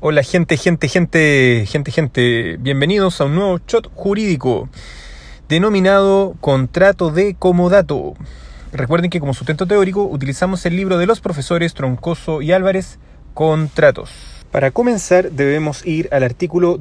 Hola gente. Bienvenidos a un nuevo shot jurídico denominado Contrato de Comodato. Recuerden que como sustento teórico utilizamos el libro de los profesores Troncoso y Álvarez, Contratos. Para comenzar debemos ir al artículo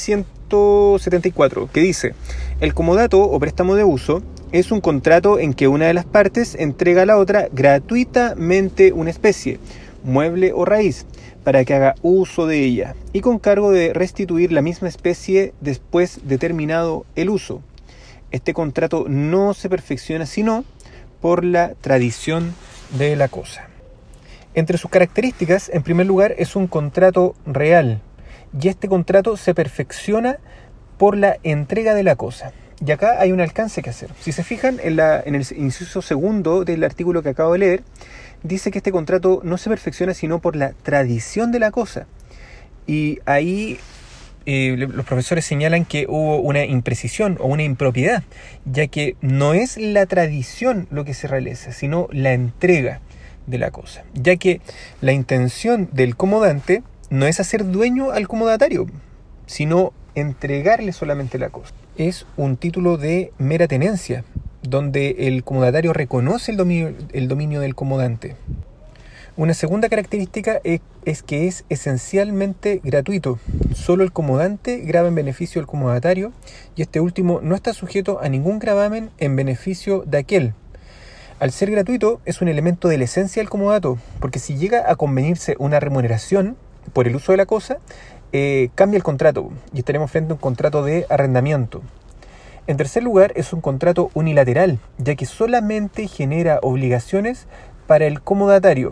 2174, que dice: el comodato o préstamo de uso es un contrato en que una de las partes entrega a la otra gratuitamente una especie, mueble o raíz, para que haga uso de ella, y con cargo de restituir la misma especie después de terminado el uso. Este contrato no se perfecciona sino por la tradición de la cosa. Entre sus características, en primer lugar, es un contrato real, y este contrato se perfecciona por la entrega de la cosa. Y acá hay un alcance que hacer. Si se fijan en el inciso segundo del artículo que acabo de leer, dice que este contrato no se perfecciona sino por la tradición de la cosa. Y ahí los profesores señalan que hubo una imprecisión o una impropiedad, ya que no es la tradición lo que se realiza, sino la entrega de la cosa, ya que la intención del comodante no es hacer dueño al comodatario, sino entregarle solamente la cosa. Es un título de mera tenencia, donde el comodatario reconoce el dominio del comodante. Una segunda característica es que es esencialmente gratuito. Solo el comodante grava en beneficio del comodatario, y este último no está sujeto a ningún gravamen en beneficio de aquel. Al ser gratuito, es un elemento de la esencia del comodato, porque si llega a convenirse una remuneración por el uso de la cosa, cambia el contrato y estaremos frente a un contrato de arrendamiento. En tercer lugar, es un contrato unilateral, ya que solamente genera obligaciones para el comodatario.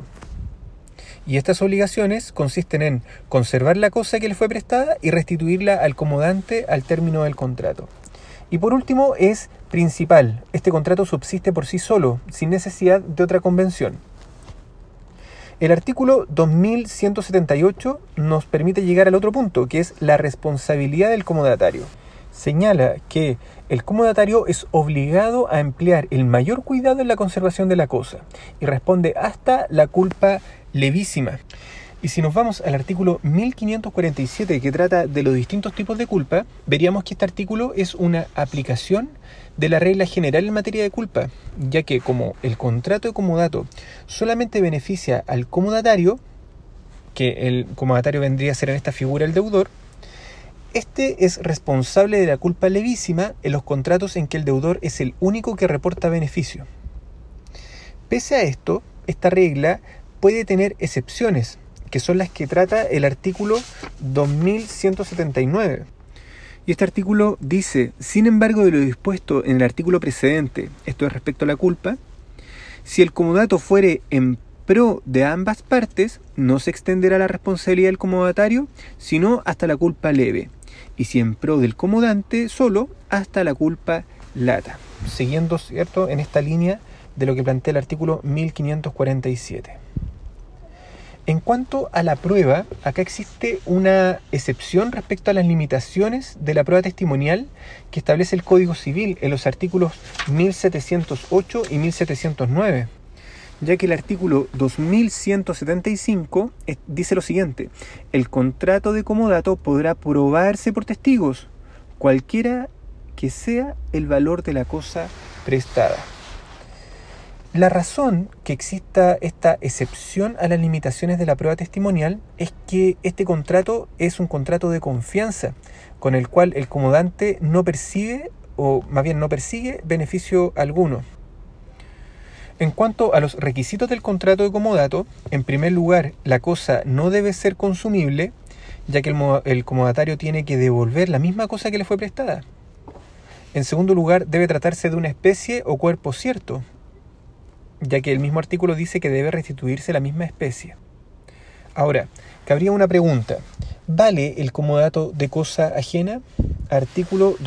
Y estas obligaciones consisten en conservar la cosa que le fue prestada y restituirla al comodante al término del contrato. Y por último, es principal. Este contrato subsiste por sí solo, sin necesidad de otra convención. El artículo 2178 nos permite llegar al otro punto, que es la responsabilidad del comodatario. Señala que el comodatario es obligado a emplear el mayor cuidado en la conservación de la cosa y responde hasta la culpa levísima. Y si nos vamos al artículo 1547, que trata de los distintos tipos de culpa, veríamos que este artículo es una aplicación de la regla general en materia de culpa, ya que como el contrato de comodato solamente beneficia al comodatario, que el comodatario vendría a ser en esta figura el deudor, este es responsable de la culpa levísima en los contratos en que el deudor es el único que reporta beneficio. Pese a esto, esta regla puede tener excepciones, que son las que trata el artículo 2179. Y este artículo dice: sin embargo de lo dispuesto en el artículo precedente, esto es respecto a la culpa, si el comodato fuere en pro de ambas partes, no se extenderá la responsabilidad del comodatario, sino hasta la culpa leve, y si en pro del comodante, solo hasta la culpa lata, siguiendo, ¿cierto?, en esta línea de lo que plantea el artículo 1547. En cuanto a la prueba, acá existe una excepción respecto a las limitaciones de la prueba testimonial que establece el Código Civil en los artículos 1708 y 1709, ya que el artículo 2175 dice lo siguiente: el contrato de comodato podrá probarse por testigos, cualquiera que sea el valor de la cosa prestada. La razón que exista esta excepción a las limitaciones de la prueba testimonial es que este contrato es un contrato de confianza, con el cual el comodante no percibe, o más bien no persigue, beneficio alguno. En cuanto a los requisitos del contrato de comodato, en primer lugar, la cosa no debe ser consumible, ya que el comodatario tiene que devolver la misma cosa que le fue prestada. En segundo lugar, debe tratarse de una especie o cuerpo cierto, ya que el mismo artículo dice que debe restituirse la misma especie. Ahora, cabría una pregunta: ¿vale el comodato de cosa ajena? Artículo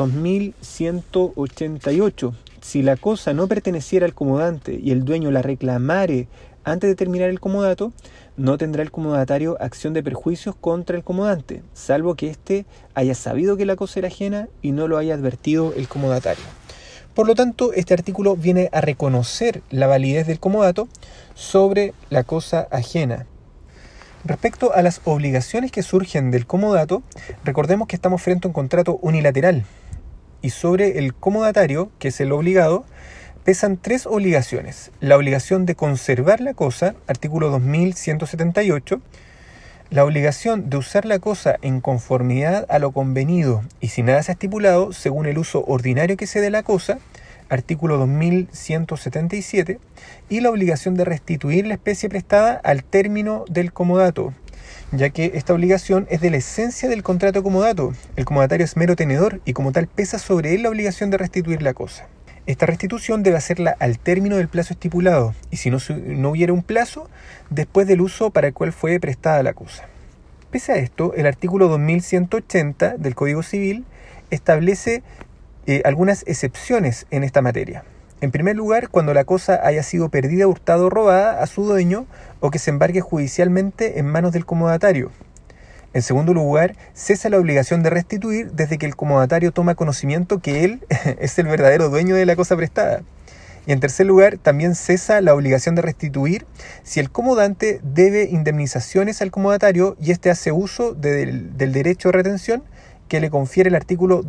2188. Si la cosa no perteneciera al comodante y el dueño la reclamare antes de terminar el comodato, no tendrá el comodatario acción de perjuicios contra el comodante, salvo que éste haya sabido que la cosa era ajena y no lo haya advertido el comodatario. Por lo tanto, este artículo viene a reconocer la validez del comodato sobre la cosa ajena. Respecto a las obligaciones que surgen del comodato, recordemos que estamos frente a un contrato unilateral y sobre el comodatario, que es el obligado, pesan 3 obligaciones. La obligación de conservar la cosa, artículo 2178, la obligación de usar la cosa en conformidad a lo convenido y si nada se ha estipulado, según el uso ordinario que se dé la cosa, artículo 2177, y la obligación de restituir la especie prestada al término del comodato, ya que esta obligación es de la esencia del contrato comodato. El comodatario es mero tenedor y como tal pesa sobre él la obligación de restituir la cosa. Esta restitución debe hacerla al término del plazo estipulado, y si no hubiera un plazo, después del uso para el cual fue prestada la cosa. Pese a esto, el artículo 2180 del Código Civil establece algunas excepciones en esta materia. En primer lugar, cuando la cosa haya sido perdida, hurtada o robada a su dueño o que se embargue judicialmente en manos del comodatario. En segundo lugar, cesa la obligación de restituir desde que el comodatario toma conocimiento que él es el verdadero dueño de la cosa prestada. Y en tercer lugar, también cesa la obligación de restituir si el comodante debe indemnizaciones al comodatario y éste hace uso del derecho de retención que le confiere el artículo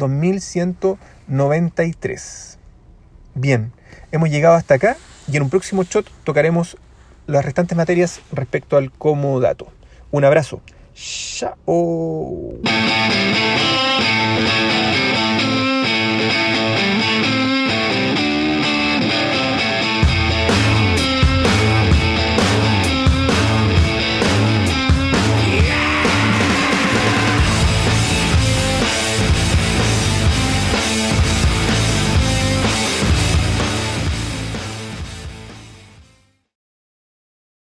2193. Bien, hemos llegado hasta acá y en un próximo shot tocaremos las restantes materias respecto al comodato. Un abrazo. Chao.